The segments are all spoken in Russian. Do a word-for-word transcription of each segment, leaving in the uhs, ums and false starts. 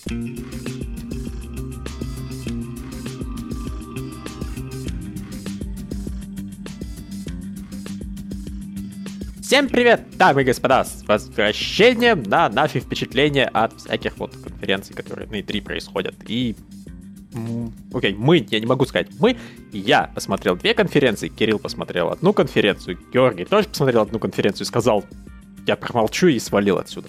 Всем привет, дамы и господа, с возвращением на наши впечатления от всяких вот конференций, которые на и три происходят. И, окей, okay, мы, я не могу сказать мы, я посмотрел две конференции, Кирилл посмотрел одну конференцию, Георгий тоже посмотрел одну конференцию и сказал, я промолчу и свалил отсюда.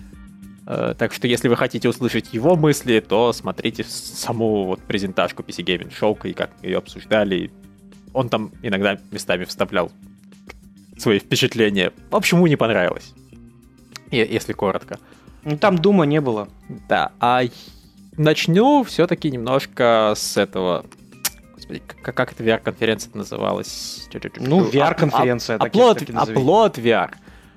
Uh, так что, если вы хотите услышать его мысли, то смотрите саму вот презентажку пи си Gaming Show и как ее обсуждали. Он там иногда местами вставлял свои впечатления. В общем, ему не понравилось. Если коротко. Ну, там дума не было. Да, а начну все-таки немножко с этого... Господи, как, как эта ви ар-конференция называлась? Ну, ви ар-конференция. Upload ви ар.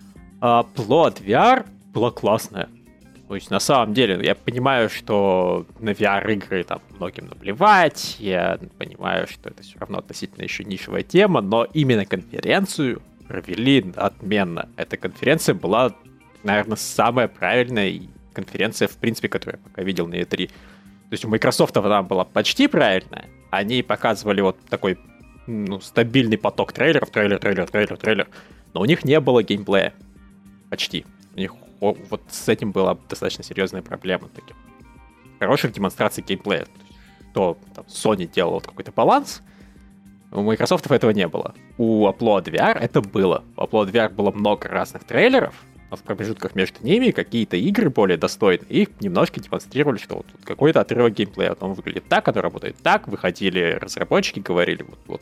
Upload ви ар была классная. То есть, на самом деле, я понимаю, что на ви ар-игры там многим наплевать, я понимаю, что это все равно относительно еще нишевая тема, но именно конференцию провели отменно. Эта конференция была, наверное, самая правильная конференция, в принципе, которую я пока видел на и три. То есть у Microsoft она была почти правильная. Они показывали вот такой ну, стабильный поток трейлеров, трейлер, трейлер, трейлер, трейлер. Но у них не было геймплея. Почти. У них вот с этим была достаточно серьезная проблема. Таких хороших демонстраций геймплея. Что там, Sony делала вот какой-то баланс, у Microsoft этого не было. У Upload ви ар это было. У Upload ви ар было много разных трейлеров, но в промежутках между ними какие-то игры более достойные. Их немножко демонстрировали, что вот какой-то отрывок геймплея. Он выглядит так, оно работает так. Выходили разработчики, говорили, вот, вот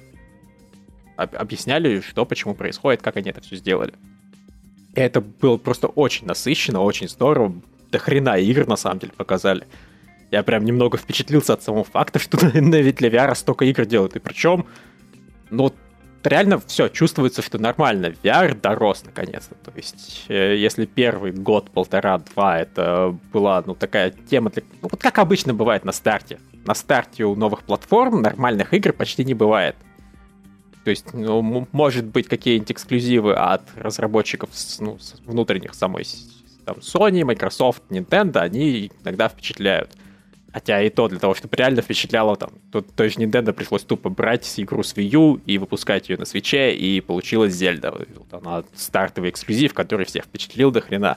об, объясняли, что, почему происходит, как они это все сделали. И это было просто очень насыщенно, очень здорово. До хрена игр, на самом деле, показали. Я прям немного впечатлился от самого факта, что ведь для ви ар столько игр делают. И причем, ну, реально все, чувствуется, что нормально. ви ар дорос, наконец-то. То есть, если первый год, полтора-два, это была, ну, такая тема для... Ну, вот как обычно бывает на старте. На старте у новых платформ нормальных игр почти не бывает. То есть, ну, может быть, какие-нибудь эксклюзивы от разработчиков ну, внутренних самой там, Sony, Microsoft, Nintendo, они иногда впечатляют. Хотя и то для того, чтобы реально впечатляло, там, то, то есть Nintendo пришлось тупо брать игру с Wii U и выпускать ее на Switch'е, и получилась Зельда. Вот она стартовый эксклюзив, который всех впечатлил до хрена.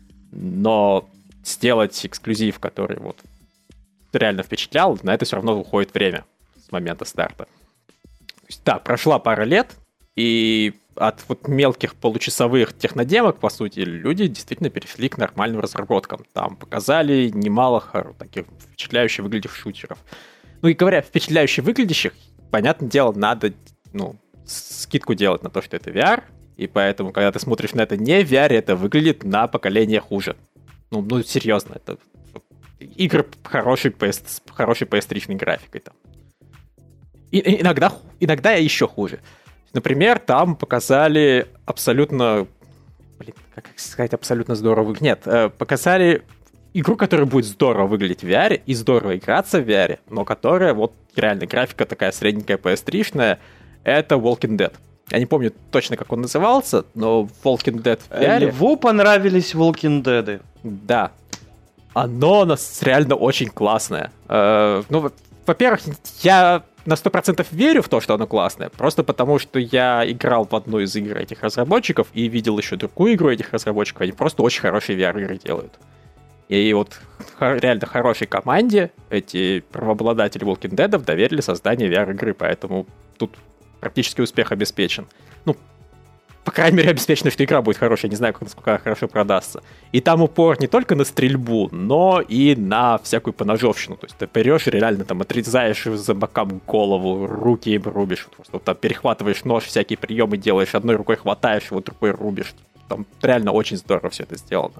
Но сделать эксклюзив, который вот реально впечатлял, на это все равно уходит время с момента старта. То есть, да, прошла пара лет, и от вот мелких получасовых технодемок, по сути, люди действительно перешли к нормальным разработкам. Там показали немало хор- таких впечатляюще выглядящих шутеров. Ну и говоря, впечатляюще выглядящих, понятное дело, надо, ну, скидку делать на то, что это ви ар, и поэтому, когда ты смотришь на это не в ви ар, это выглядит на поколение хуже. Ну, ну серьезно, это игры хорошей пи эс, хорошей пи эс три-шной графикой там. И, иногда, иногда еще хуже. Например, там показали абсолютно... Блин, как сказать, абсолютно здорово... Нет, показали игру, которая будет здорово выглядеть в ви ар и здорово играться в ви ар, но которая, вот, реально, графика такая средненькая пи эс три-шная, это Walking Dead. Я не помню точно, как он назывался, но Walking Dead в ви ар... Льву понравились Walking Dead. Да. Оно у нас реально очень классное. Э, ну, во-первых, я... на сто процентов верю в то, что оно классное, просто потому, что я играл в одну из игр этих разработчиков и видел еще другую игру этих разработчиков, они просто очень хорошие ви ар-игры делают. И вот реально хорошей команде эти правообладатели Walking Dead доверили создание ви ар-игры, поэтому тут практически успех обеспечен. Ну, по крайней мере, обеспечено, что игра будет хорошая, я не знаю, насколько она хорошо продастся. И там упор не только на стрельбу, но и на всякую поножовщину. То есть ты берешь и реально там отрезаешь за бокам голову, руки им рубишь. Просто вот, там перехватываешь нож, всякие приемы делаешь, одной рукой хватаешь, его другой рубишь. Там реально очень здорово все это сделано.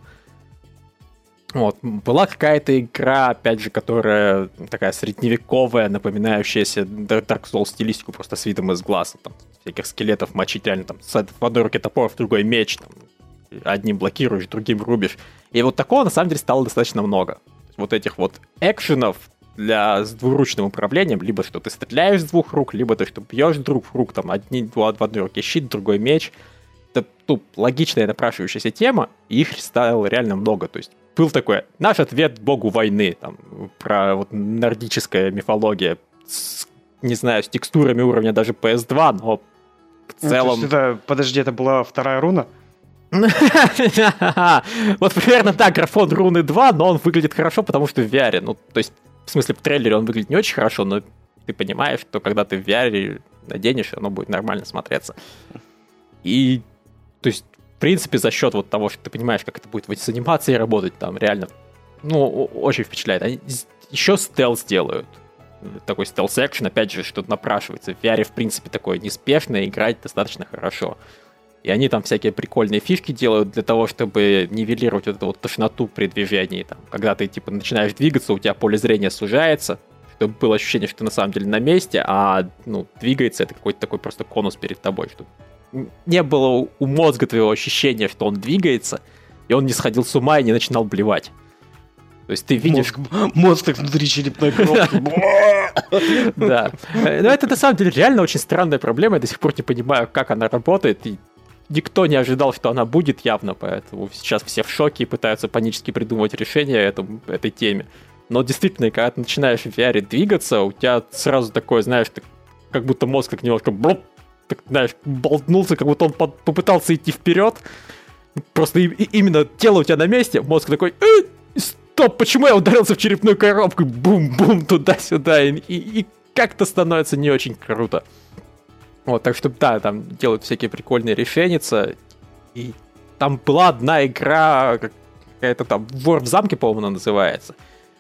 Вот. Была какая-то игра, опять же, которая такая средневековая, напоминающаяся Dark Souls стилистику, просто с видом из глаза. Там всяких скелетов мочить реально там в одной руке топор, в другой меч. Там, одним блокируешь, другим рубишь. И вот такого, на самом деле, стало достаточно много. Вот этих вот экшенов для с двуручным управлением, либо что ты стреляешь с двух рук, либо ты что бьешь друг в рук, там одни, в одной руке щит, другой меч. Это ну, логичная напрашивающаяся тема, и их стало реально много. То есть был такой, наш ответ богу войны, там, про вот нордическая мифология, с, не знаю, с текстурами уровня даже пи эс два, но в целом... Ну, это, подожди, это была вторая руна? Вот примерно так, графон руны два, но он выглядит хорошо, потому что в ви ар. Ну, то есть, в смысле, в трейлере он выглядит не очень хорошо, но ты понимаешь, что когда ты в ви ар наденешь, оно будет нормально смотреться. И, то есть, в принципе, за счет вот того, что ты понимаешь, как это будет с анимацией работать, там реально, ну, очень впечатляет. Они еще стелс делают. Такой стелс-экшен, опять же, что напрашивается. В ви ар, в принципе, такое неспешное, играть достаточно хорошо. И они там всякие прикольные фишки делают для того, чтобы нивелировать вот эту вот тошноту при движении. Там, когда ты, типа, начинаешь двигаться, у тебя поле зрения сужается, чтобы было ощущение, что ты на самом деле на месте, а, ну, двигается это какой-то такой просто конус перед тобой, чтобы не было у мозга твоего ощущения, что он двигается, и он не сходил с ума и не начинал блевать. То есть ты видишь... Мозг, мозг так внутри черепной коробки. Да. Но это на самом деле реально очень странная проблема. Я до сих пор не понимаю, как она работает. И никто не ожидал, что она будет явно, поэтому сейчас все в шоке и пытаются панически придумывать решение этому, этой теме. Но действительно, когда ты начинаешь в ви ар двигаться, у тебя сразу такое, знаешь, ты, как будто мозг так немножко блоп, так, знаешь, болтнулся, как будто он под, попытался идти вперед. Просто и, и, именно тело у тебя на месте, мозг такой... Стоп, почему я ударился в черепную коробку? Бум-бум, туда-сюда. И, и, и как-то становится не очень круто. Вот, так что, да, там делают всякие прикольные решения. И там была одна игра, какая-то там, Вор в замке, по-моему, она называется.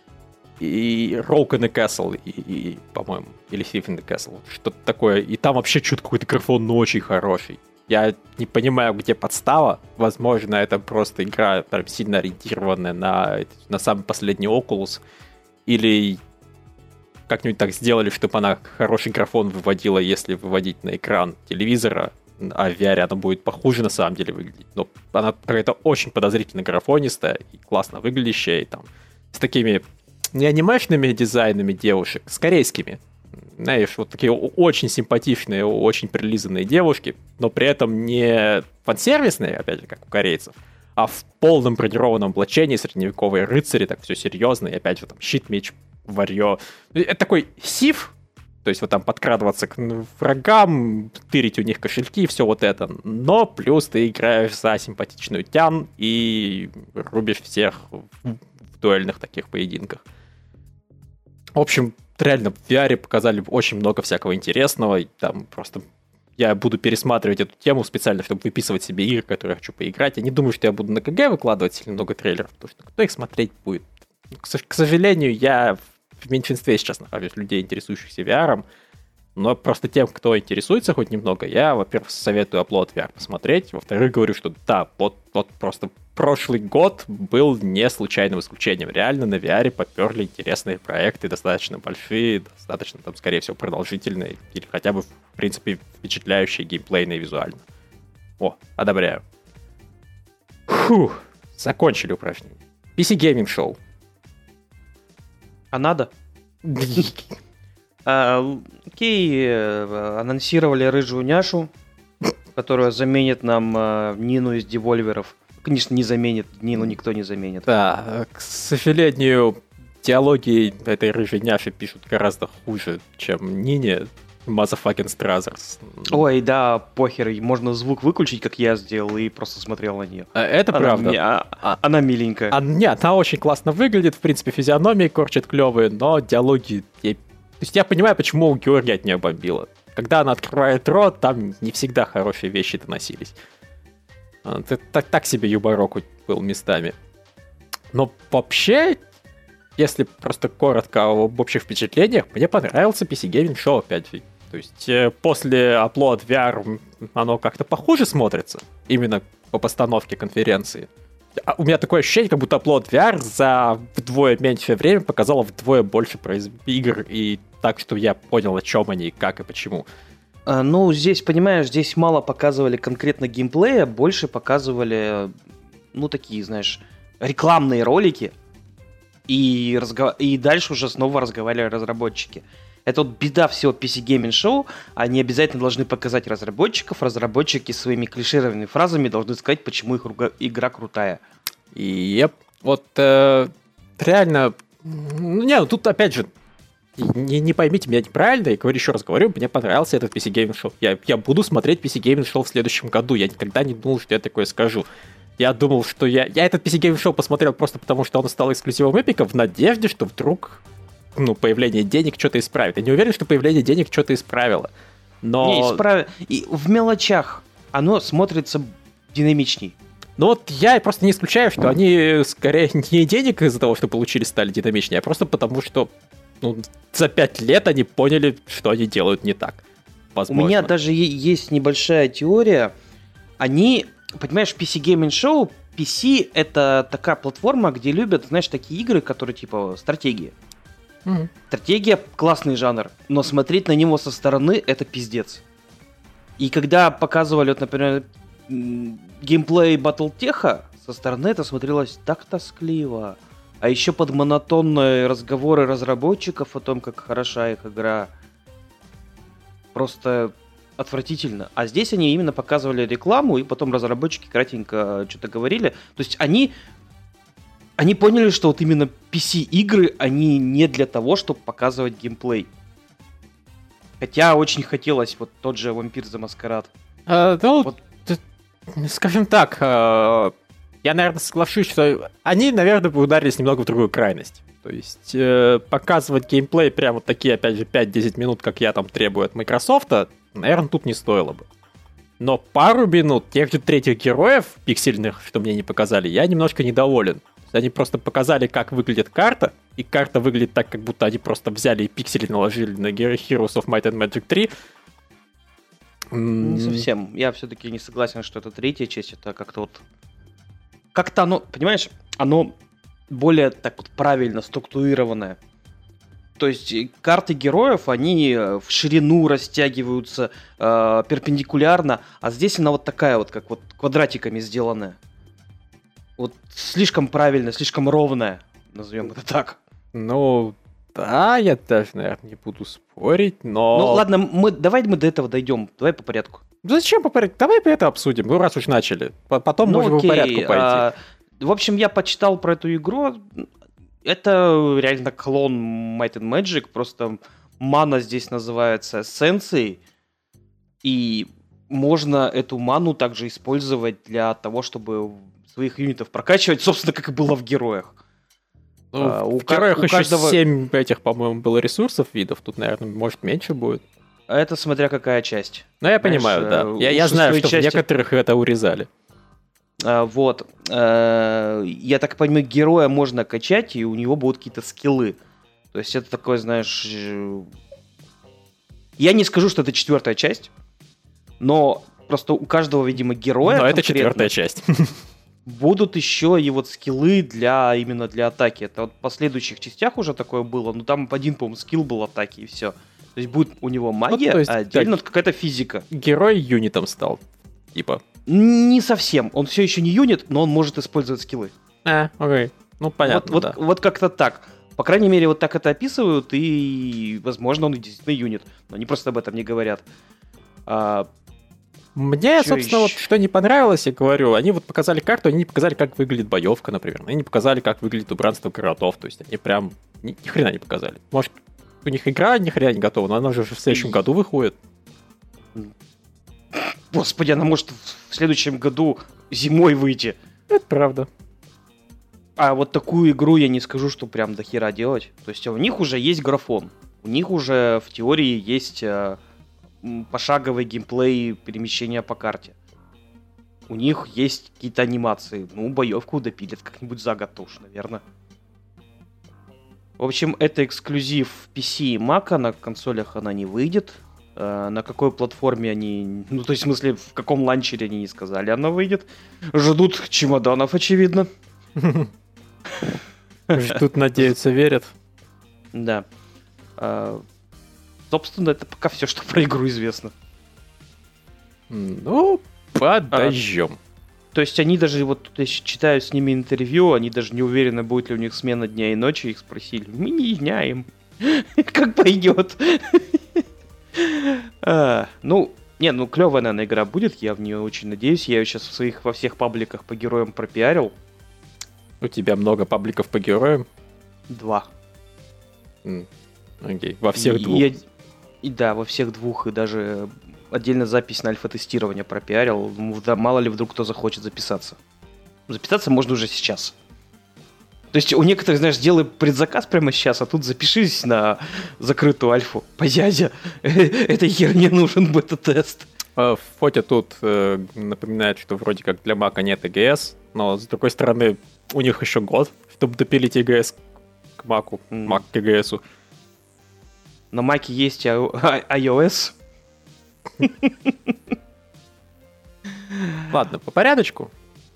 И Rogue in the Castle, и, и, по-моему, или Thief in the Castle. Что-то такое. И там вообще что-то какой-то графон, ну, очень хороший. Я не понимаю, где подстава. Возможно, это просто игра прям сильно ориентированная на, на самый последний Oculus. Или как-нибудь так сделали, чтобы она хороший графон выводила, если выводить на экран телевизора. А в ви ар она будет похуже на самом деле выглядеть. Но она какая-то очень подозрительно графонистая и классно выглядящая. И там с такими не анимешными дизайнами девушек, с корейскими. Знаешь, вот такие очень симпатичные, очень прилизанные девушки, но при этом не фансервисные, опять же, как у корейцев, а в полном бронированном облачении средневековые рыцари, так все серьезно, и опять же там щит, меч, варьё. Это такой сив, то есть вот там подкрадываться к врагам, тырить у них кошельки и все вот это, но плюс ты играешь за симпатичную тян и рубишь всех в дуэльных таких поединках. В общем, реально в ви ар показали очень много всякого интересного. И там просто я буду пересматривать эту тему специально, чтобы выписывать себе игры, которые я хочу поиграть. Я не думаю, что я буду на КГ выкладывать сильно много трейлеров, потому что кто их смотреть будет? К сожалению, я в меньшинстве сейчас нахожусь людей, интересующихся ви ар. Но просто тем, кто интересуется хоть немного, я, во-первых, советую Upload ви ар посмотреть. Во-вторых, говорю, что да, вот, вот просто прошлый год был не случайным исключением. Реально на ви ар поперли интересные проекты, достаточно большие, достаточно, там, скорее всего, продолжительные, или хотя бы, в принципе, впечатляющие геймплейно и визуально. О, одобряю. Фух, закончили упражнение. пи си Gaming Show. А надо? Окей, анонсировали рыжую няшу, которая заменит нам Нину из Девольверов. Конечно, не заменит, Нину никто не заменит. Да, к сожалению, диалоги этой рыжей няши пишут гораздо хуже, чем Нине. Motherfucking Strathers. Ой, да, похер, можно звук выключить, как я сделал, и просто смотрел на нее. Это она правда. Мне, а, а, она миленькая. А, нет, она очень классно выглядит, в принципе, физиономии корчит клевые, но диалоги... Я... То есть я понимаю, почему у Георгия от нее бомбило. Когда она открывает рот, там не всегда хорошие вещи доносились. Так, так себе юморок был местами. Но вообще, если просто коротко об общих впечатлениях, мне понравился пи си Gaming Show опять же. То есть э, после Upload ви ар оно как-то похуже смотрится, именно по постановке конференции. А у меня такое ощущение, как будто Upload ви ар за вдвое меньшее время показало вдвое больше произ... игр, и так, что я понял, о чем они, как и почему. А, ну, здесь, понимаешь, здесь мало показывали конкретно геймплея, больше показывали, ну, такие, знаешь, рекламные ролики, и, разгов... и дальше уже снова разговаривали разработчики. Это вот беда всего пи си Gaming Show. Они обязательно должны показать разработчиков. Разработчики своими клишированными фразами должны сказать, почему их игра крутая. И yep. Вот э, реально... Ну, не, ну тут опять же, не, не поймите меня неправильно, я говорю, еще раз говорю, мне понравился этот пи си Gaming Show. Я, я буду смотреть пи си Gaming Show в следующем году. Я никогда не думал, что я такое скажу. Я думал, что я... Я этот пи си Gaming Show посмотрел просто потому, что он стал эксклюзивом Эпика в надежде, что вдруг ну, появление денег что-то исправит. Я не уверен, что появление денег что-то исправило. Но... Не, исправ... И в мелочах оно смотрится динамичней. Ну вот я просто не исключаю, что они скорее не денег из-за того, что получили, стали динамичнее, а просто потому, что ну, за пять лет они поняли, что они делают не так. Возможно. У меня даже есть небольшая теория. Они, понимаешь, пи си Gaming Show, пи си это такая платформа, где любят, знаешь, такие игры, которые типа стратегии. Mm-hmm. Стратегия классный жанр, но смотреть на него со стороны это пиздец. И когда показывали, вот, например, геймплей Battletech, со стороны это смотрелось так тоскливо. А еще под монотонные разговоры разработчиков о том, как хороша их игра. Просто отвратительно. А здесь они именно показывали рекламу, и потом разработчики кратенько что-то говорили. То есть они, они поняли, что вот именно пи си-игры, они не для того, чтобы показывать геймплей. Хотя очень хотелось вот тот же Vampire the Masquerade. А, ну, вот. Скажем так, я, наверное, соглашусь, что они, наверное, бы ударились немного в другую крайность. То есть показывать геймплей прямо вот такие, опять же, пять-десять минут, как я там требую от Microsoft, наверное, тут не стоило бы. Но пару минут тех же третьих героев пиксельных, что мне не показали, я немножко недоволен. Они просто показали, как выглядит карта, и карта выглядит так, как будто они просто взяли и пиксели наложили на Heroes of Might and Magic три. Не совсем. Я все-таки не согласен, что это третья часть. Это как-то вот... Как-то оно, понимаешь, оно более так вот правильно структурированное. То есть карты героев, они в ширину растягиваются э, перпендикулярно, а здесь она вот такая вот, как вот квадратиками сделанная. Вот слишком правильно, слишком ровная, назовем это так. Ну... Да, я даже, наверное, не буду спорить, но... Ну ладно, мы, давай мы до этого дойдем. Давай по порядку. Зачем по порядку? Давай это обсудим. Ну, раз уж начали. Потом ну, можем окей. по порядку пойти. А, в общем, я почитал про эту игру. Это реально клон Might and Magic. Просто мана здесь называется эссенцией. И можно эту ману также использовать для того, чтобы своих юнитов прокачивать, собственно, как и было в героях. Ну, а, в у героях у еще каждого... семь этих, по-моему, было ресурсов видов. Тут, наверное, может, меньше будет. Это смотря какая часть. Ну, я Знаешь, понимаю, да. Я, я знаю, что части... в некоторых это урезали. А, вот. А, я так понимаю, героя можно качать, и у него будут какие-то скиллы. То есть это такое, знаешь... Я не скажу, что это четвертая часть, но просто у каждого, видимо, героя... Но это четвертая часть. Будут еще и вот скиллы для именно для атаки. Это вот в последующих частях уже такое было, но там один, по-моему, скилл был атаки, и все. То есть будет у него магия, ну, то есть, а отдельно так, какая-то физика. Герой юнитом стал, типа. Не совсем. Он все еще не юнит, но он может использовать скиллы. А, окей. Ну, понятно, вот, да. вот, вот как-то так. По крайней мере, вот так это описывают, и, возможно, он действительно юнит. Но они просто об этом не говорят. А, Мне, Чё собственно, еще? вот что не понравилось, я говорю, они вот показали карту, они не показали, как выглядит боевка, например. Они не показали, как выглядит убранство городов. То есть они прям ни, ни хрена не показали. Может, у них игра ни хрена не готова, но она же в следующем году выходит. Господи, она может в следующем году зимой выйти. Это правда. А вот такую игру я не скажу, что прям до хера делать. То есть у них уже есть графон. У них уже в теории есть э, пошаговый геймплей перемещения по карте. У них есть какие-то анимации. Ну, боевку допилят как-нибудь за год уж, наверное. В общем, это эксклюзив пи си и Mac, на консолях она не выйдет. Э, на какой платформе они... Ну, то есть, в смысле, в каком ланчере они не сказали, она выйдет. Ждут чемоданов, очевидно. Ждут, надеются, верят. Да. А, собственно, это пока все, что про игру известно. Ну, подождем. А, то есть они даже, вот я читаю с ними интервью, они даже не уверены, будет ли у них смена дня и ночи. Их спросили. Мы не знаем. Как пойдет. Ну, не, ну клевая, наверное, игра будет. Я в нее очень надеюсь. Я ее сейчас в своих во всех пабликах по героям пропиарил. У тебя много пабликов по героям? Два. М, Окей, во всех и, двух. И, и да, во всех двух, и даже отдельно запись на альфа-тестирование пропиарил. Ну, да, мало ли вдруг кто захочет записаться. Записаться можно уже сейчас. То есть у некоторых, знаешь, сделай предзаказ прямо сейчас, а тут запишись на закрытую альфу. Позязя, этой херне нужен бета-тест. Фотя тут э, напоминает, что вроде как для Мака нет и джи эс, но с другой стороны, у них еще год, чтобы допилить и джи эс к Маку, mm. Mac к джи эс. На Маке есть iOS. Ладно, по порядочку.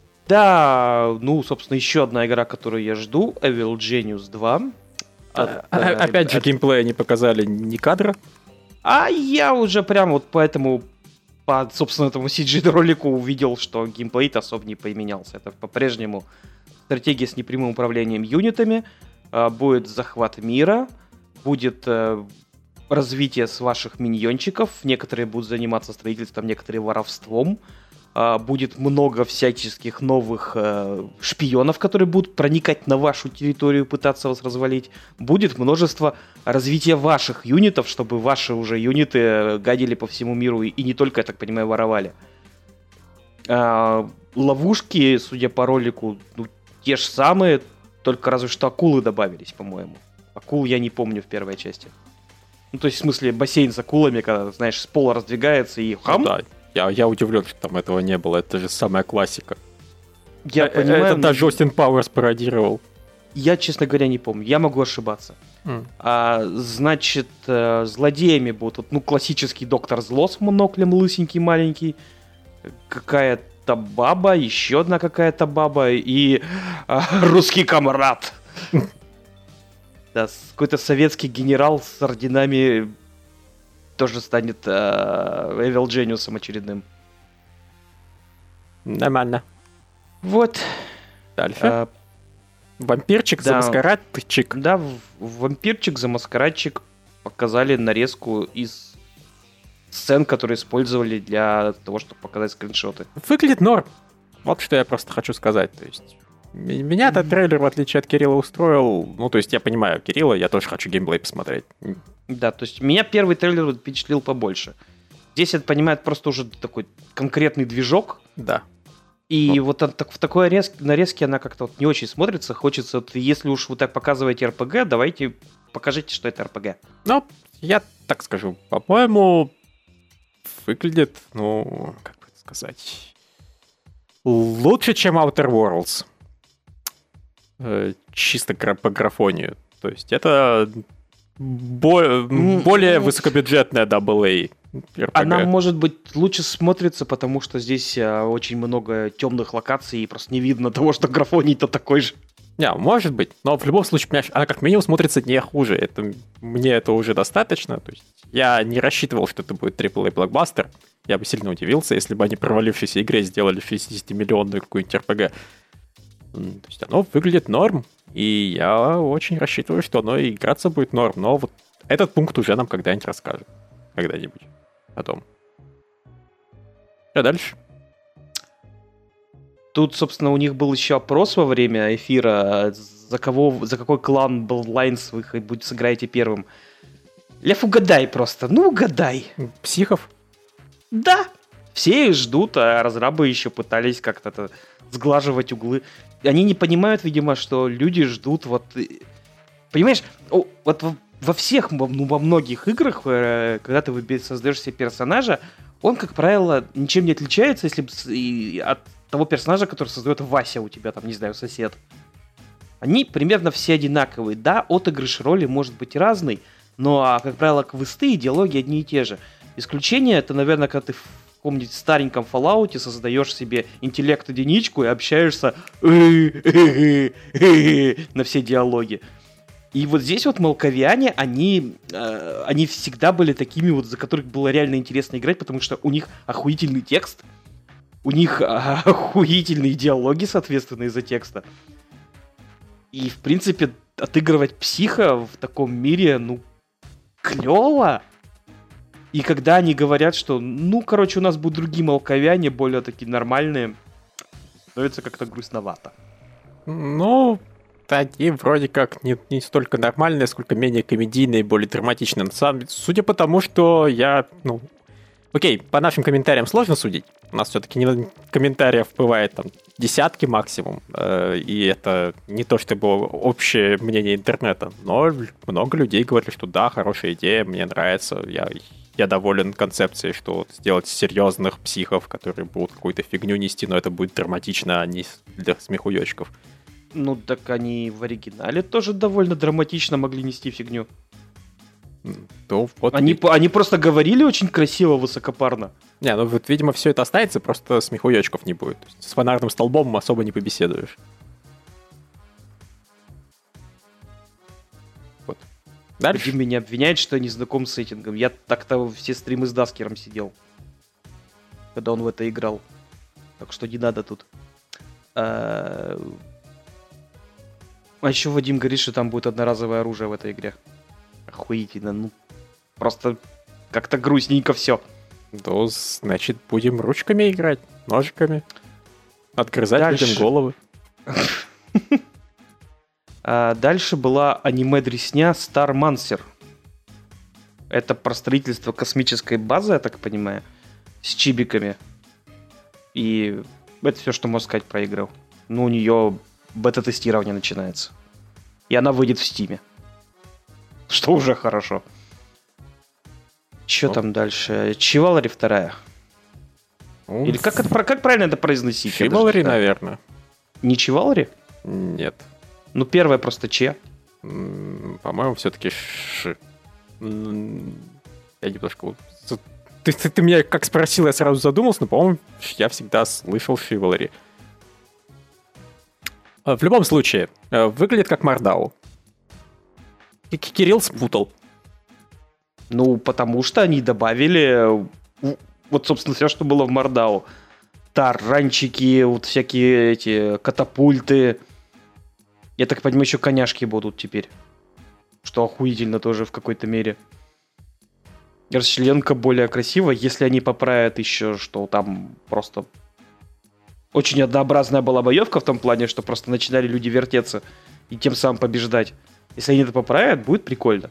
Да, ну, собственно, еще одна игра, которую я жду, Evil Genius два. От, а, э, опять же, от... геймплея не показали ни кадра. А я уже прям вот поэтому, по, собственно, этому си джи-ролику увидел, что геймплей-то особо не поменялся. Это по-прежнему стратегия с непрямым управлением юнитами, будет захват мира, будет развитие с ваших миньончиков, некоторые будут заниматься строительством, некоторые воровством. Будет много всяческих новых э, шпионов, которые будут проникать на вашу территорию, пытаться вас развалить. Будет множество развития ваших юнитов, чтобы ваши уже юниты гадили по всему миру и, и не только, я так понимаю, воровали. А, ловушки, судя по ролику, ну, те же самые, только разве что акулы добавились, по-моему. Акул я не помню в первой части. Ну, то есть, в смысле, бассейн с акулами, когда, знаешь, с пола раздвигается и хам. Ну, да. Я, я удивлен, что там этого не было. Это же самая классика. Я э- понимаю... Это даже Остин Пауэрс пародировал. Я, честно говоря, не помню. Я могу ошибаться. Mm. А, значит, э, злодеями будут, ну, классический доктор Зло с моноклем, лысенький, маленький. Какая-то баба, еще одна какая-то баба и э, русский комрад. Да, какой-то советский генерал с орденами... тоже станет э, Evil Genius'ом очередным. Нормально. Вот. Дальше. А, вампирчик, да, замаскарадчик. Да, вампирчик, замаскарадчик показали нарезку из сцен, которые использовали для того, чтобы показать скриншоты. Выглядит норм. Вот что я просто хочу сказать. То есть меня этот трейлер, в отличие от Кирилла, устроил. Ну, то есть я понимаю Кирилла, я тоже хочу геймплей посмотреть. Да, то есть меня первый трейлер впечатлил побольше. Здесь, я понимаю, это просто уже такой конкретный движок. Да. И вот, вот в такой нарезке она как-то вот не очень смотрится. Хочется, вот, если уж вы так показываете эр пи джи, давайте покажите, что это эр пи джи. Ну, я так скажу, по-моему, выглядит, ну, как бы сказать, лучше, чем Outer Worlds. Чисто по графонию. То есть это бо- более высокобюджетная дабл эй эр пи джи. Она, может быть, лучше смотрится, потому что здесь а, очень много темных локаций, и просто не видно того, что графоний-то такой же. Не, может быть, но в любом случае, понимаешь, она как минимум смотрится не хуже. Это, мне это уже достаточно. То есть я не рассчитывал, что это будет трипл эй-блокбастер. Я бы сильно удивился, если бы они провалившейся игре сделали шестидесятимиллионную какую-нибудь эр пи джи. То есть оно выглядит норм, и я очень рассчитываю, что оно играться будет норм. Но вот этот пункт уже нам когда-нибудь расскажет. Когда-нибудь. О том. А дальше? Тут, собственно, у них был еще опрос во время эфира, за кого, за какой клан Bloodlines вы будете сыграете первым. Лев, угадай просто, ну угадай. Психов? Да, все их ждут, а разрабы еще пытались как-то сглаживать углы. Они не понимают, видимо, что люди ждут вот... Понимаешь, вот во всех, ну, во многих играх, когда ты создаешь себе персонажа, он, как правило, ничем не отличается, если от того персонажа, который создает Вася у тебя, там, не знаю, сосед. Они примерно все одинаковые. Да, отыгрыш роли может быть разный, но, как правило, квесты и диалоги одни и те же. Исключение — это, наверное, когда ты в каком-нибудь стареньком Fallout создаешь себе интеллект-единичку и общаешься на все диалоги. И вот здесь вот молковиане, они, э, они всегда были такими вот, за которых было реально интересно играть, потому что у них охуительный текст, у них э, охуительные диалоги, соответственно, из-за текста. И, в принципе, отыгрывать психа в таком мире, ну, клево. И когда они говорят, что, ну, короче, у нас будут другие молковяне, более такие нормальные, становится как-то грустновато. Ну, они вроде как не, не столько нормальные, сколько менее комедийные, более драматичные. На самом- Судя по тому, что я, ну, окей, по нашим комментариям сложно судить. У нас все-таки не, комментариев бывает там десятки максимум. э, И это не то, чтобы общее мнение интернета. Но много людей говорили, что да, хорошая идея, мне нравится. Я, я доволен концепцией, что вот сделать серьезных психов, которые будут какую-то фигню нести, но это будет драматично, а не для смехуёчков. Ну, так они в оригинале тоже довольно драматично могли нести фигню. То вот Они, и- по- они просто говорили очень красиво, высокопарно. Не, ну вот, видимо, все это останется, просто смехуёчков не будет. То есть с фонарным столбом особо не побеседуешь. Вот. Дальше. Вадим меня обвиняет, что я не знаком с сеттингом. Я так-то все стримы с Даскером сидел, когда он в это играл. Так что не надо тут. А а еще Вадим говорит, что там будет одноразовое оружие в этой игре. Охуительно, ну. Просто как-то грустненько все. То, значит, будем ручками играть, ножиками. Отгрызать Дальше. людям головы. А дальше была аниме-дресня Star Mancer. Это про строительство космической базы, я так понимаю, с чибиками. И это все, что можно сказать про игру. Ну, у нее бета-тестирование начинается. И она выйдет в Стиме. Что уже хорошо. Что Ну. там дальше? Чивалари вторая. Ну, Или как, это, про- как правильно это произносить? Я даже не Chivalry, знаю. наверное. Не Чивалари? Нет. Ну, первая просто Че. М, По-моему, все-таки Ши. М, Я немножко... вот с- Ты, ты, ты меня как спросил, я сразу задумался, но, по-моему, я всегда слышал Chivalry. А, В любом случае, э, выглядит как Мордау. К- Кирилл спутал. Ну, потому что они добавили э, вот, собственно, все, что было в Мордау. Таранчики, вот всякие эти катапульты. Я так понимаю, еще коняшки будут теперь. Что охуительно тоже в какой-то мере. Расчленка более красиво, если они поправят еще, что там просто очень однообразная была боевка в том плане, что просто начинали люди вертеться и тем самым побеждать. Если они это поправят, будет прикольно.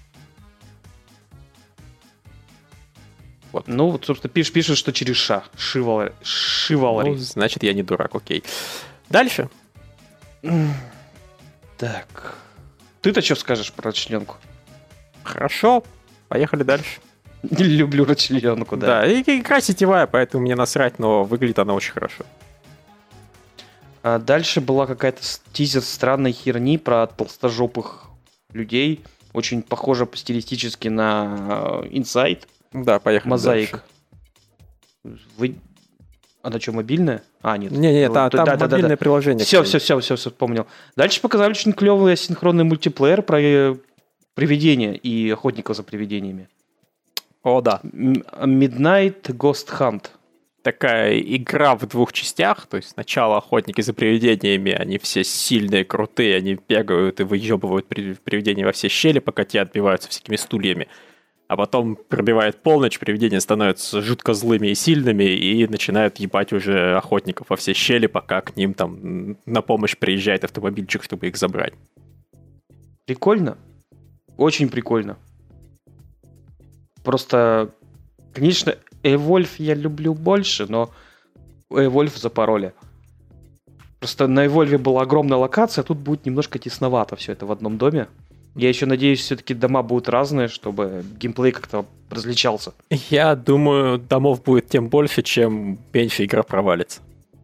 Вот. Ну, вот, собственно, пишет, пишет, что через ша. Шивалари. Шивалари. Ну, значит, я не дурак, окей. Дальше. Так. Ты-то что скажешь про расчленку? Хорошо. Поехали дальше. Люблю расчленку, да. Да, и и игра сетевая, поэтому мне насрать, но выглядит она очень хорошо. А дальше была какая-то с- тизер странной херни про толстожопых людей. Очень похоже стилистически на э, Inside. Да, поехали Мозаик. дальше. Вы... Она что, мобильная? А, нет. Не-не, та- там Да-да-да-да. мобильное приложение. Все, кстати. все, все, все, все, вспомнил. Дальше показали очень клевый асинхронный мультиплеер про э, привидения и охотников за привидениями. О, да. М- Midnight Ghost Hunt. Такая игра в двух частях. То есть сначала охотники за привидениями, они все сильные, крутые, они бегают и выебывают при- привидения во все щели, пока те отбиваются всякими стульями. А потом пробивает полночь, привидения становятся жутко злыми и сильными и начинают ебать уже охотников во все щели, пока к ним там на помощь приезжает автомобильчик, чтобы их забрать. Прикольно. Очень прикольно. Просто, конечно, Evolve я люблю больше, но Evolve запороли. Просто на Evolve была огромная локация, а тут будет немножко тесновато все это в одном доме. Я еще надеюсь, все-таки дома будут разные, чтобы геймплей как-то различался. Я думаю, домов будет тем больше, чем меньше игра провалится.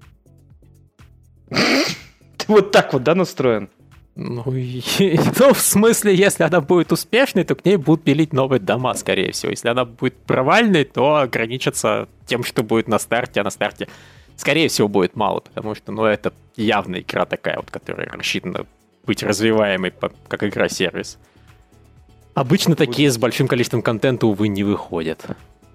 Ты вот так вот, да, настроен? Ну, и- ну, в смысле, если она будет успешной, то к ней будут пилить новые дома, скорее всего. Если она будет провальной, то ограничится тем, что будет на старте, а на старте, скорее всего, будет мало, потому что, ну, это явно игра такая вот, которая рассчитана быть развиваемой по- как игра-сервис. Обычно такие с большим количеством контента, увы, не выходят.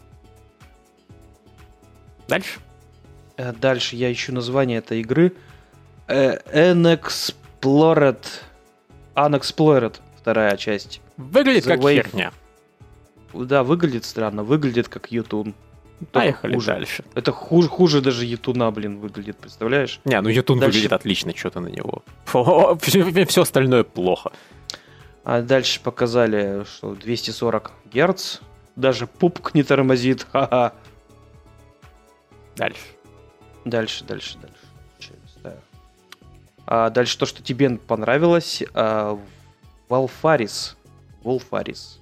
Дальше. Э, Дальше я ищу название этой игры. Э, Unexplored. Unexplored, вторая часть. Выглядит The как Wave. херня. Да, выглядит странно, выглядит как Ютун. Поехали хуже. дальше. Это хуже, хуже даже Ютуна, блин, выглядит, представляешь? Не, ну Ютун Дальше- выглядит отлично, что-то на него. Все остальное плохо. А дальше показали, что двести сорок герц. Даже пупк не тормозит. Ха-ха. Дальше. Дальше, дальше, дальше. Чё я листаю? А дальше то, что тебе понравилось. А, Валфарис. Волфарис.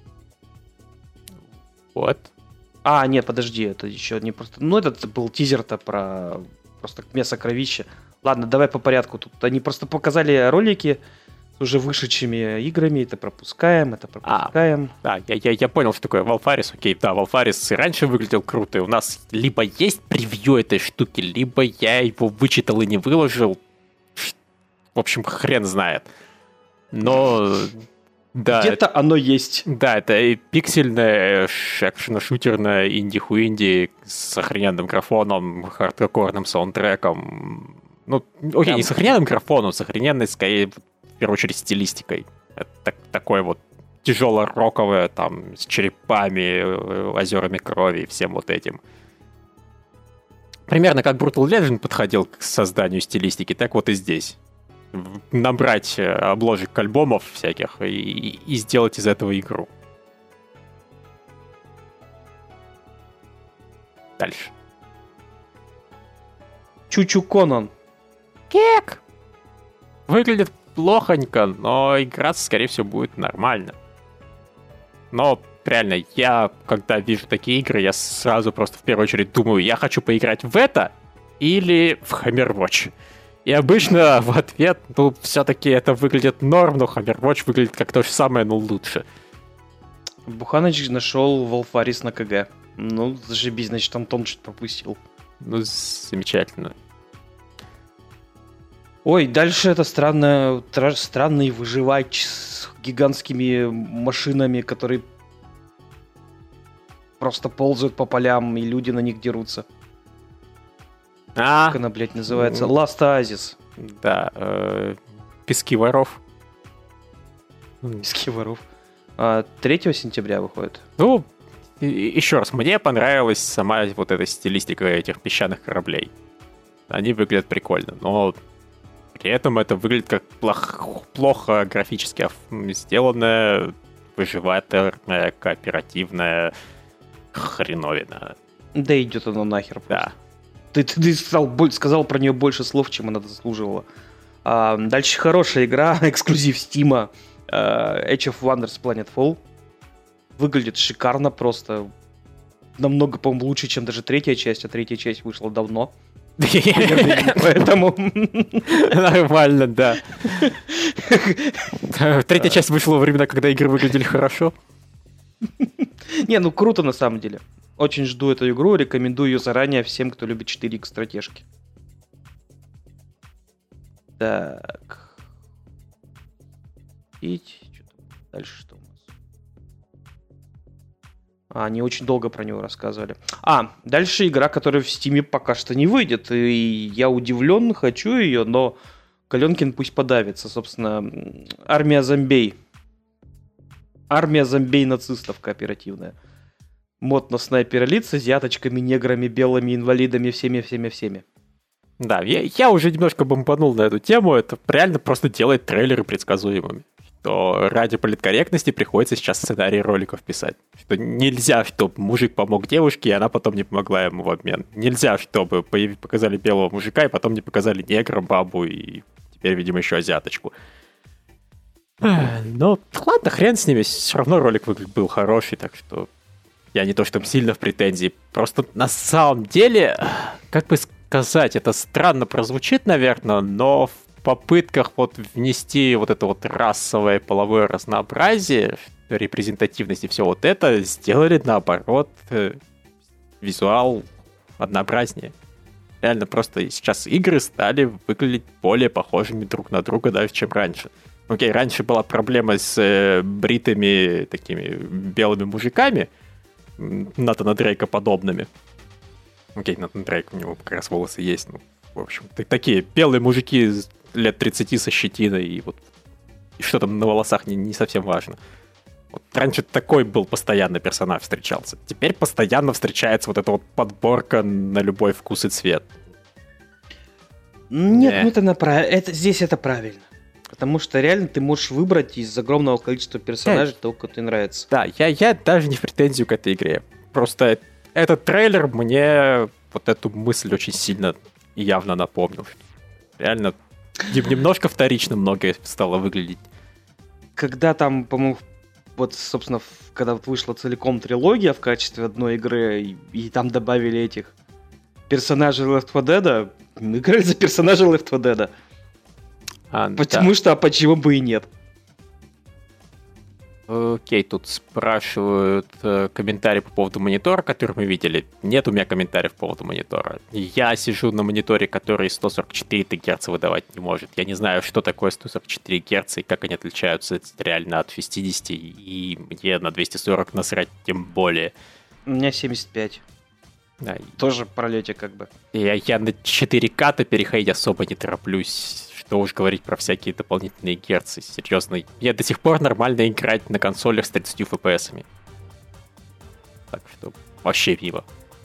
Вот. А, нет, подожди, это еще не просто... Ну, этот был тизер-то про просто мясо кровища. Ладно, давай по порядку. Тут они просто показали ролики с уже вышедшими играми. Это пропускаем, это пропускаем. Да, я, я, я понял, что такое Валфарис. Окей, да, Валфарис и раньше выглядел круто. И у нас либо есть превью этой штуки, либо я его вычитал и не выложил. В общем, хрен знает. Но... Да, Где-то оно есть. Да, это и пиксельное, экшено-шутерное инди-хуинди с охрененным графоном, хардкорным саундтреком. Ну, окей, Прям- не с охрененным графоном, с охрененной, скорее, в первую очередь, стилистикой. Это так- такое вот тяжело-роковое, там, с черепами, э, озерами крови и всем вот этим. Примерно как Brutal Legend подходил к созданию стилистики, так вот и здесь. В- Набрать э, обложек альбомов всяких и, и- и сделать из этого игру. Дальше. Чучу Конан. Кек! Выглядит плохонько, но играться, скорее всего, будет нормально. Но реально, я, когда вижу такие игры, я сразу просто в первую очередь думаю, я хочу поиграть в это или в Hammerwatch. И обычно в ответ, ну, все-таки это выглядит норм, но Hammerwatch выглядит как то же самое, но лучше. Буханыч нашел Волфарис на КГ. Ну, зашибись, значит, Антон что-то пропустил. Ну, замечательно. Ой, дальше это странно, тра- странный выживач с гигантскими машинами, которые просто ползают по полям, и люди на них дерутся. А, Как она, блядь, называется? Last Oasis. да, э, пески воров. Пески воров. А, третьего сентября выходит. Ну, и- и- еще раз, мне понравилась сама вот эта стилистика этих песчаных кораблей. Они выглядят прикольно, но при этом это выглядит как плох- плохо графически оф- сделанная, выживательная, кооперативная хреновина. Да идет оно нахер. Да. Ты, ты, ты сказал, боль- сказал про нее больше слов, чем она заслуживала. А, дальше хорошая игра, эксклюзив Стима. Age of Wonders Planetfall. Выглядит шикарно просто. Намного, по-моему, лучше, чем даже третья часть, а третья часть вышла давно. Поэтому... Нормально, да. Третья часть вышла во времена, когда игры выглядели хорошо. Не, ну круто на самом деле. Очень жду эту игру, рекомендую ее заранее всем, кто любит четыре икс стратежки. Так. И что там дальше что у нас? А, они очень долго про него рассказывали. А, дальше игра, которая в Стиме пока что не выйдет. И я удивлен, хочу ее, но Каленкин пусть подавится. Собственно, армия зомбей. Армия зомбей-нацистов кооперативная. Мод на снайпера лиц с азиаточками, неграми, белыми, инвалидами, всеми-всеми-всеми. Да, я, я уже немножко бомбанул на эту тему. Это реально просто делает трейлеры предсказуемыми. Что ради политкорректности приходится сейчас сценарий роликов писать. Что нельзя, чтобы мужик помог девушке, и она потом не помогла ему в обмен. Нельзя, чтобы появ- показали белого мужика, и потом не показали негра, бабу, и теперь, видимо, еще азиаточку. Ну, ладно, хрен с ними. Все равно ролик выглядит был хороший, так что я не то чтобы сильно в претензии. Просто на самом деле, как бы сказать, это странно прозвучит, наверное, но в попытках вот внести вот это вот расовое половое разнообразие, репрезентативность и все вот это, сделали наоборот э, визуал однообразнее. Реально просто сейчас игры стали выглядеть более похожими друг на друга даже, чем раньше. Окей, раньше была проблема с э, бритыми такими белыми мужиками, Натана Дрейка подобными. Окей, Натан Дрейк, у него как раз волосы есть. Ну, в общем, такие белые мужики лет тридцати со щетиной, и вот и что там на волосах не, не совсем важно. Вот раньше такой был постоянно персонаж встречался. Теперь постоянно встречается вот эта вот подборка на любой вкус и цвет. Нет, Не. ну это, направ... это здесь это правильно. Потому что реально ты можешь выбрать из огромного количества персонажей того, кто тебе нравится. Да, я, я даже не в претензию к этой игре. Просто этот трейлер мне вот эту мысль очень сильно и явно напомнил. Реально немножко вторично многое стало выглядеть. Когда там, по-моему, вот, собственно, когда вот вышла целиком трилогия в качестве одной игры, и, и там добавили этих персонажей Left four Dead, мы играли за персонажей Left four Dead. А, Потому да. что, а почему бы и нет? Окей, тут спрашивают э, комментарий по поводу монитора, который мы видели. Нет у меня комментариев по поводу монитора. Я сижу на мониторе, который сто сорок четыре герца выдавать не может. Я не знаю, что такое сто сорок четыре герца и как они отличаются реально от шестидесяти, и мне на двести сорок насрать тем более. У меня семьдесят пять. Да, Тоже в пролете как бы. я, я на четыре ка-то переходить особо не тороплюсь. Что уж говорить про всякие дополнительные герцы. Серьезно, мне до сих пор нормально играть на консолях с тридцатью эф пи эсами. Так что вообще мимо.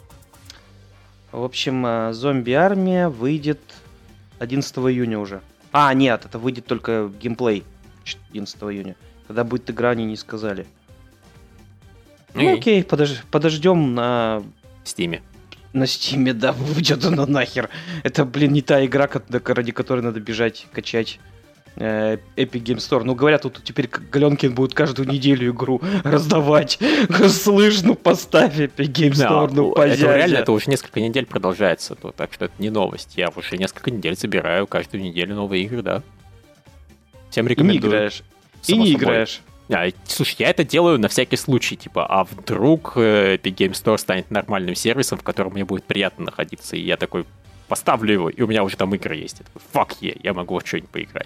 В общем, зомби-армия выйдет одиннадцатого июня уже. А, нет, это выйдет только геймплей одиннадцатого июня. Когда будет игра, они не сказали. Ну И окей, подож- подождем на... в Стиме. На Стиме, да, выйдет она нахер. Это, блин, не та игра, ко- ради которой надо бежать, качать э, Epic Game Store. Ну, говорят, тут теперь Галенкин будет каждую неделю игру раздавать. Слышь, ну поставь Epic Game Store, Да, ну это реально, позязя. это уже несколько недель продолжается, то, так что это не новость. Я уже несколько недель собираю каждую неделю новые игры, да. Всем И не рекомендую. играешь. И Само не собой. играешь. А, слушай, я это делаю на всякий случай, типа, а вдруг э, Epic Game Store станет нормальным сервисом, в котором мне будет приятно находиться, и я такой поставлю его, и у меня уже там игры есть. Я такой, fuck yeah, я могу в что-нибудь поиграть.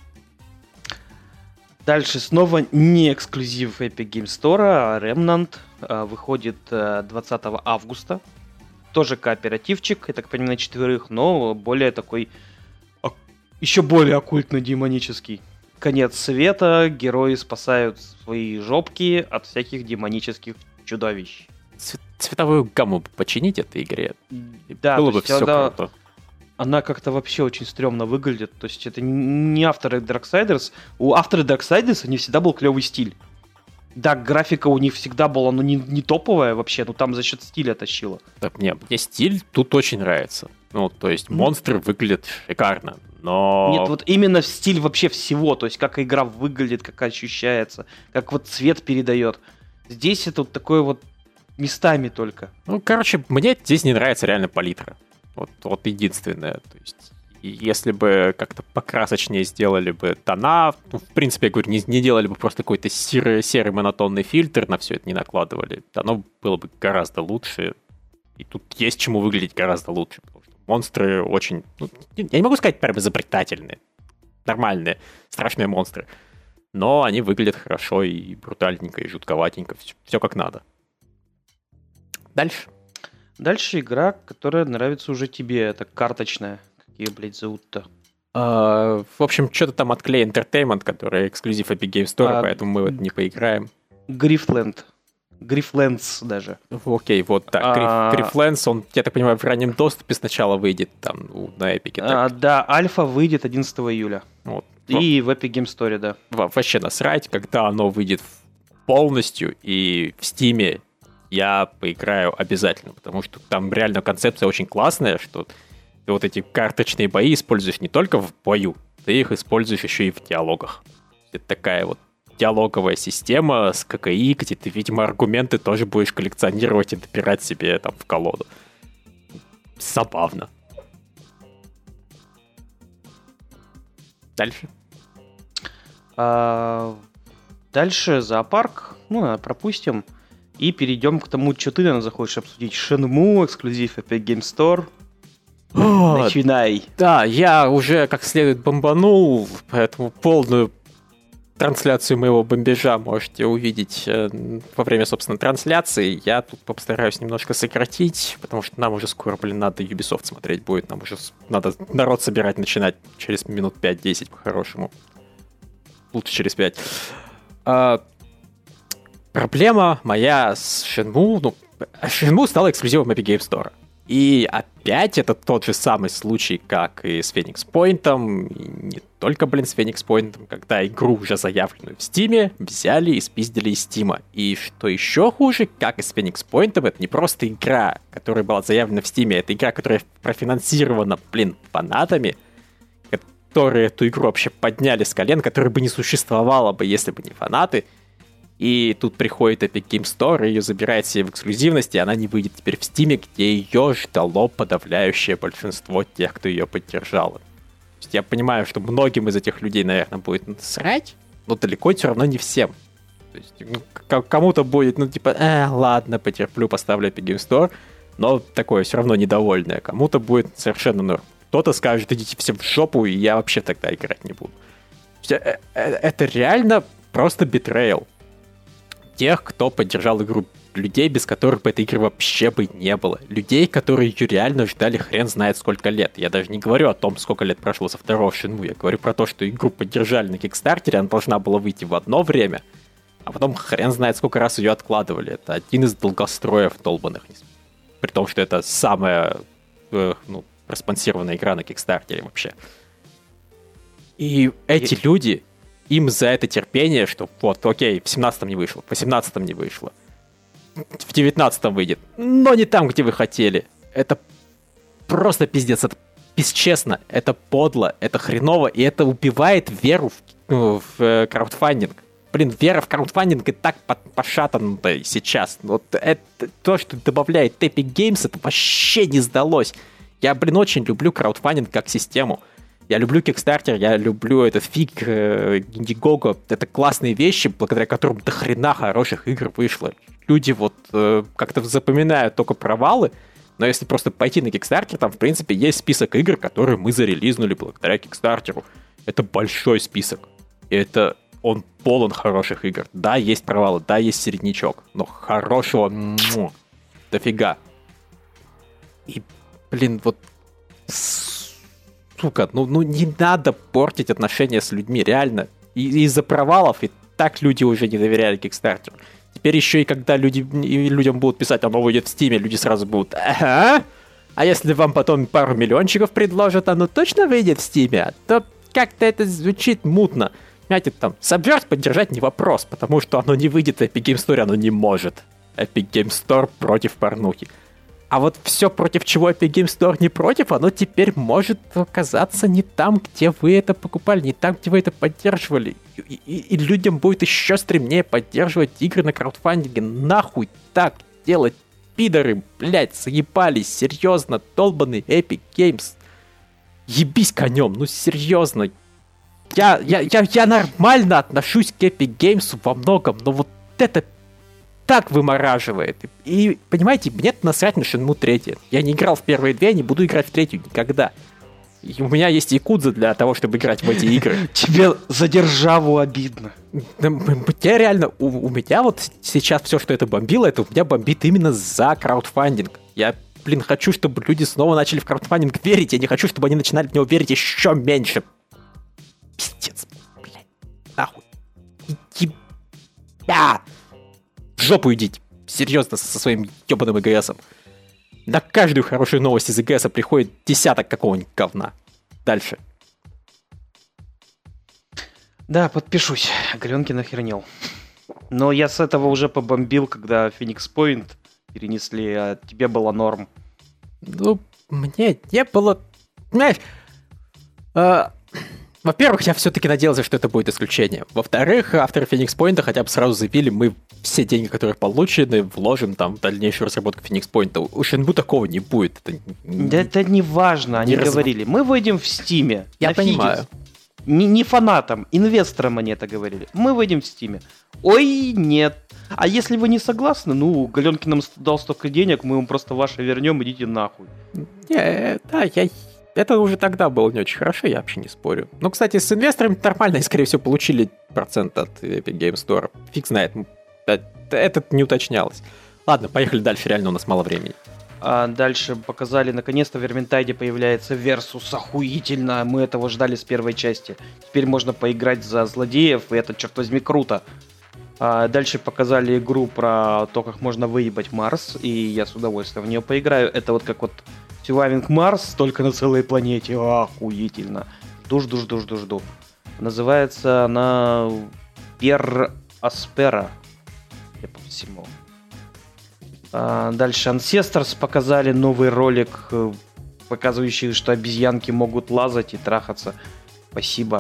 Дальше снова не эксклюзив Epic Game Store, а Remnant а, выходит а, двадцатого августа. Тоже кооперативчик, я так понимаю, на четверых, но более такой, ок- еще более оккультно-демонический. Конец света, герои спасают свои жопки от всяких демонических чудовищ. Цве- Цветовую гамму починить этой игре. и Да, было то бы есть все она- круто. Она как-то вообще очень стрёмно выглядит. То есть это не авторы Darksiders. У авторы Darksiders у них всегда был клевый стиль. Да, графика у них всегда была, ну, не, не топовая вообще, но там за счет стиля тащила. Так, мне, мне стиль тут очень нравится. Ну, то есть Ну. монстры выглядят шикарно, но... Нет, вот именно стиль вообще всего, то есть как игра выглядит, как ощущается, как вот цвет передает. Здесь это вот такое вот местами только. Ну, короче, мне здесь не нравится реально палитра. Вот, вот единственное. То есть, и если бы как-то покрасочнее сделали бы тона, ну, в принципе, я говорю, не, не делали бы просто какой-то серый, серый монотонный фильтр, на все это не накладывали, оно было бы гораздо лучше. И тут есть чему выглядеть гораздо лучше. Потому что монстры очень... Ну, я не могу сказать прям изобретательные. Нормальные, страшные монстры. Но они выглядят хорошо и брутальненько, и жутковатенько. Все, все как надо. Дальше. Дальше игра, которая нравится уже тебе, это карточная. Как ее, блядь, зовут-то? А, в общем, что-то там от Clay Entertainment, который эксклюзив Epic Game Store, А, поэтому мы в это не поиграем. Грифленд. Грифлендс даже. Окей, вот так. А- Грифленс, он, я так понимаю, в раннем доступе сначала выйдет там у- на Epic. А, Так, да, альфа выйдет одиннадцатого июля. вот. И в Epic Game Store, да. Во- вообще насрать, когда оно выйдет в- полностью и в Стиме, я поиграю обязательно, потому что там реально концепция очень классная, что ты вот эти карточные бои используешь не только в бою, ты их используешь еще и в диалогах. Это такая вот диалоговая система с ка ка и, где ты, видимо, аргументы тоже будешь коллекционировать и допирать себе там в колоду. Забавно. Дальше. А, дальше зоопарк. Ну, а, пропустим. И перейдем к тому, что ты, наверное, захочешь обсудить. Shenmue, эксклюзив Epic Game Store. О, Начинай. да, я уже как следует бомбанул, поэтому полную трансляцию моего бомбежа можете увидеть э, во время, собственно, трансляции. Я тут постараюсь немножко сократить, потому что нам уже скоро, блин, надо Ubisoft смотреть будет. Нам уже с- надо народ собирать, начинать через минут пять-десять по-хорошему. Лучше через пять. А, проблема моя с Shenmue, ну, Shenmue стала эксклюзивом Epic Games Store. И опять это тот же самый случай, как и с Phoenix Point, и не только, блин, с Phoenix Point, когда игру, уже заявленную в Steam, взяли и спиздили из Steam. И что еще хуже, как и с Phoenix Point, это не просто игра, которая была заявлена в Steam, это игра, которая профинансирована, блин, фанатами, которые эту игру вообще подняли с колен, которая бы не существовала бы, если бы не фанаты. И тут приходит Epic Games Store, ее забирает себе в эксклюзивности, и она не выйдет теперь в Steam, где ее ждало подавляющее большинство тех, кто ее поддержал. То есть я понимаю, что многим из этих людей, наверное, будет насрать, но далеко все равно не всем. То есть ну, кому-то будет, ну типа, э, ладно, потерплю, поставлю Epic Games Store, но такое все равно недовольное. Кому-то будет совершенно норм. Кто-то скажет, идите все в жопу, и я вообще тогда играть не буду. Это реально просто битрейл тех, кто поддержал игру, людей, без которых бы этой игры вообще бы не было. Людей, которые ее реально ждали хрен знает сколько лет. Я даже не говорю о том, сколько лет прошло со второго Shenmue. Я говорю про то, что игру поддержали на Кикстартере, она должна была выйти в одно время, а потом хрен знает сколько раз ее откладывали. Это один из долгостроев долбанных. При том, что это самая э, ну, проспонсированная игра на Кикстартере вообще. И эти Я... люди... Им за это терпение, что вот, окей, в семнадцатом не вышло, в восемнадцатом не вышло, в девятнадцатом выйдет, но не там, где вы хотели. Это просто пиздец, это бесчестно, это подло, это хреново, и это убивает веру в, в краудфандинг. Блин, вера в краудфандинг и так пошатана сейчас. Вот это, то, что добавляет Epic Games, это вообще не сдалось. Я, блин, очень люблю краудфандинг как систему. Я люблю Kickstarter, я люблю этот фиг, э, Indiegogo. Это классные вещи, благодаря которым до хрена хороших игр вышло. Люди вот э, как-то запоминают только провалы, но если просто пойти на Kickstarter, там, в принципе, есть список игр, которые мы зарелизнули благодаря Kickstarter. Это большой список. И это он полон хороших игр. Да, есть провалы, да, есть середнячок, но хорошего му, дофига. И, блин, вот... Сука, ну, ну не надо портить отношения с людьми, реально. И, из-за провалов и так люди уже не доверяли Kickstarter. Теперь еще и когда люди, и людям будут писать, оно выйдет в Steam, люди сразу будут, ага. А если вам потом пару миллиончиков предложат, оно точно выйдет в Steam, то как-то это звучит мутно. Знаете, там, Subverse поддержать не вопрос, потому что оно не выйдет в Epic Games Store, оно не может. Epic Games Store против порнухи. А вот все, против чего Epic Games Store не против, оно теперь может оказаться не там, где вы это покупали, не там, где вы это поддерживали. И, и, и людям будет еще стремнее поддерживать игры на краудфандинге. Нахуй так делать, пидоры, блять, заебались, серьезно, долбанный Epic Games. Ебись конем, ну серьезно. Я, я, я, я нормально отношусь к Epic Games во многом, но вот это так вымораживает. И, понимаете, мне насрать на Shenmue три. Я не играл в первые две, не буду играть в третью никогда. И у меня есть якудза для того, чтобы играть в эти игры. Тебе за державу обидно. Я реально, у, у меня вот сейчас все, что это бомбило, это у меня бомбит именно за краудфандинг. Я, блин, хочу, чтобы люди снова начали в краудфандинг верить. Я не хочу, чтобы они начинали в него верить еще меньше. Пиздец, блядь, нахуй. Иди... А! В жопу идите. Серьезно, со своим ебаным ИГСом. На каждую хорошую новость из ИГСа приходит десяток какого-нибудь говна. Дальше. Да, подпишусь. Галенкин охернел. Но я с этого уже побомбил, когда Phoenix Point перенесли, а тебе было норм. Ну, мне не было... Знаешь, э, во-первых, я все-таки надеялся, что это будет исключение. Во-вторых, авторы Phoenix Point хотя бы сразу заявили, мы все деньги, которые получены, вложим там в дальнейшую разработку Phoenix Point. У Shenmue такого не будет. Это, да это не важно, они не говорили. Раз... Мы выйдем в Steam. Я понимаю. Не, не фанатам, инвесторам они это говорили. Мы выйдем в Steam. Ой, нет. А если вы не согласны, ну, Галенкин нам дал столько денег, мы вам просто ваше вернем, идите нахуй. Не, да, я... Это уже тогда было не очень хорошо, я вообще не спорю. Ну, кстати, с инвесторами нормально, и, скорее всего, получили процент от Epic Games Store. Фиг знает, это не уточнялось. Ладно, поехали дальше, реально у нас мало времени. А дальше показали, наконец-то в Верминтайде появляется Versus, охуительно, мы этого ждали с первой части. Теперь можно поиграть за злодеев, и это, черт возьми, круто. А дальше показали игру про то, как можно выебать Марс, и я с удовольствием в нее поиграю. Это вот как вот Surviving Mars, только на целой планете. Охуительно. Жду, жду, жду, жду, жду. Называется она Per Aspera. Я по всему. А дальше Ancestors показали новый ролик, показывающий, что обезьянки могут лазать и трахаться. Спасибо.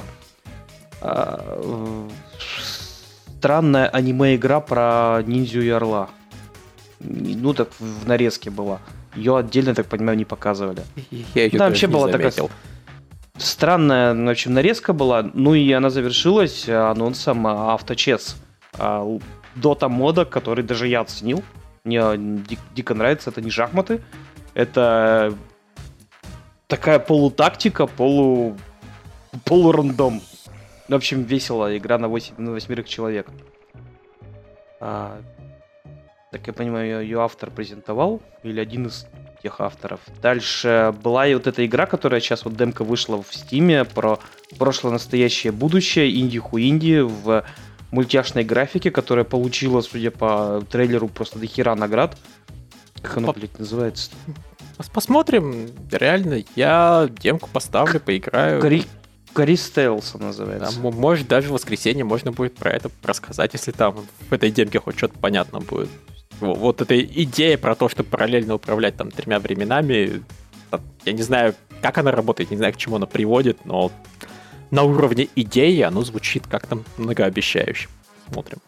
А, странная аниме-игра про ниндзю и орла. Ну, так в нарезке была. Ее отдельно, так понимаю, не показывали. Я ее Там вообще была такая странная, в общем, нарезка была. Ну и она завершилась анонсом авточес. Дота мода, который даже я оценил. Мне ди- дико нравится. Это не шахматы. Это такая полутактика, полу... полурандом. В общем, весело. Игра на, восемь, на восьмерых человек. А, так я понимаю, ее автор презентовал. Или один из тех авторов. Дальше была и вот эта игра, которая сейчас вот демка вышла в Стиме. Про прошлое, настоящее, будущее. Инди-хуинди в мультяшной графике, которая получила, судя по трейлеру, просто дохера наград. Как оно, блядь, называется? Посмотрим. Реально, я демку поставлю, поиграю. Кори... Корис Тейлса называется. Да, может, даже в воскресенье можно будет про это рассказать, если там в этой демке хоть что-то понятно будет. Вот эта идея про то, что параллельно управлять там тремя временами, я не знаю, как она работает, не знаю, к чему она приводит, но на уровне идеи оно звучит как-то многообещающе. Смотрим.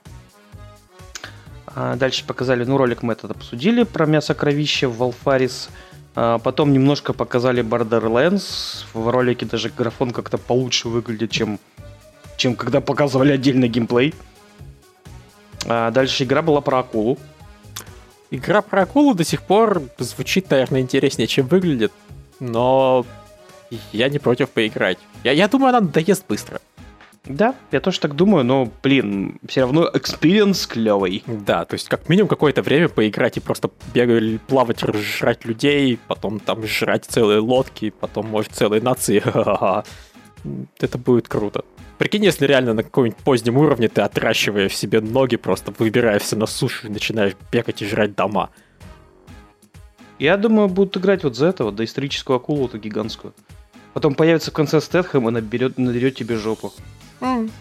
А дальше показали, ну, ролик мы этот обсудили про мясо-кровище в Валфарис. А потом немножко показали Borderlands. В ролике даже графон как-то получше выглядит, чем, чем когда показывали отдельно геймплей. А дальше игра была про акулу. Игра про акулу до сих пор звучит, наверное, интереснее, чем выглядит, но я не против поиграть. Я, я думаю, она надоест быстро. Да, я тоже так думаю, но, блин, все равно экспириенс клевый. Да, то есть как минимум какое-то время поиграть и просто бегать, плавать, жрать людей, потом там жрать целые лодки, потом, может, целые нации. Это будет круто. Прикинь, если реально на каком-нибудь позднем уровне ты, отращивая в себе ноги, просто выбираешься на сушу и начинаешь бегать и жрать дома. Я думаю, будут играть вот за это, вот доисторическую акулу, эту гигантскую. Потом появится в конце Стэтхэм и наберет, надерет тебе жопу. Mm.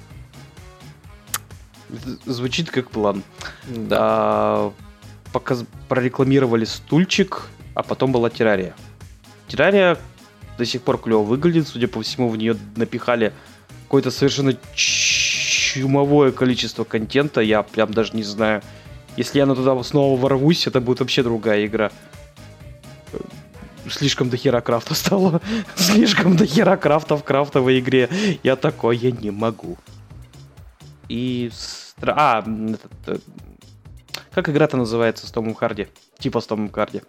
Звучит как план. Да. А, показ... Прорекламировали стульчик, а потом была террария. Террария до сих пор клево выглядит, судя по всему, в нее напихали какое-то совершенно чумовое количество контента. Я прям даже не знаю. Если я на туда снова ворвусь, это будет вообще другая игра. Слишком дохера крафта стало. Слишком дохера крафта в крафтовой игре. Я такое не могу. И... Стра... А, этот... Как игра-то называется с Томом Харди? Типа с Томом Харди.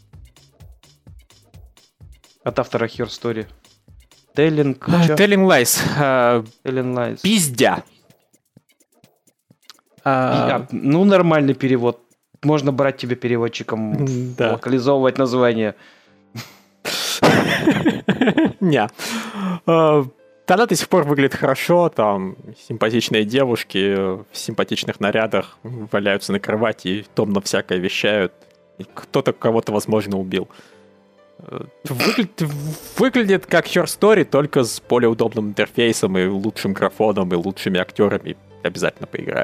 От автора Her Story. Telling... Uh, telling Lies. Uh, telling Lies. Пиздя. Uh... А, ну, нормальный перевод. Можно брать тебе переводчиком, да. Локализовывать название. Не. Она до сих пор выглядит хорошо, там симпатичные девушки в симпатичных нарядах валяются на кровати и томно всякое вещают. Кто-то кого-то, возможно, убил. Выглядит, выглядит как Her Story, только с более удобным интерфейсом и лучшим графоном, и лучшими актерами. Обязательно поиграю.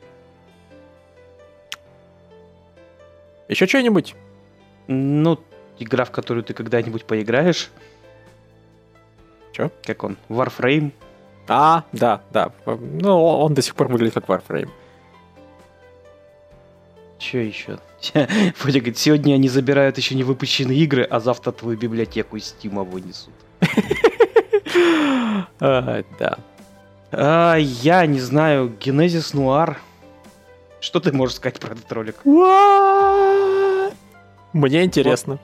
Еще что-нибудь? Ну, игра, в которую ты когда-нибудь поиграешь. Че? Как он? Warframe. А, да, да. Ну, он до сих пор выглядит как Warframe. Че еще? Фотя говорит, сегодня они забирают еще не выпущенные игры, а завтра твою библиотеку из Стима вынесут. Да. Я не знаю, Genesis Noir. Что ты можешь сказать про этот ролик? Мне интересно.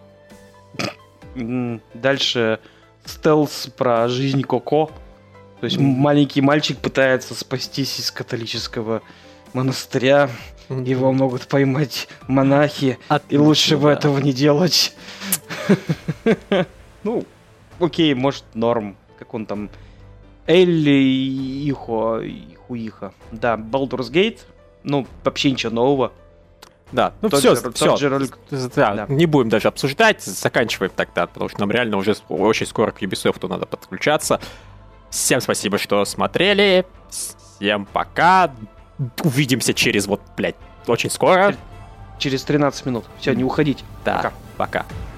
Дальше стелс про жизнь Коко. То есть маленький мальчик пытается спастись из католического монастыря. Его могут поймать монахи. Отлично, и лучше бы да. этого не делать. Ну, окей, может, норм. Как он там? Элли Ихо, Ихуиха. Да, Baldur's Gate. Ну, вообще ничего нового. Да, ну тот все, же, все. Тот же ролик... Да, да. Не будем даже обсуждать, заканчиваем тогда, потому что нам реально уже очень скоро к Ubisoft надо подключаться. Всем спасибо, что смотрели. Всем пока. Увидимся через вот, блядь, очень скоро. Через тринадцать минут. Все, не уходите. Да, пока. пока.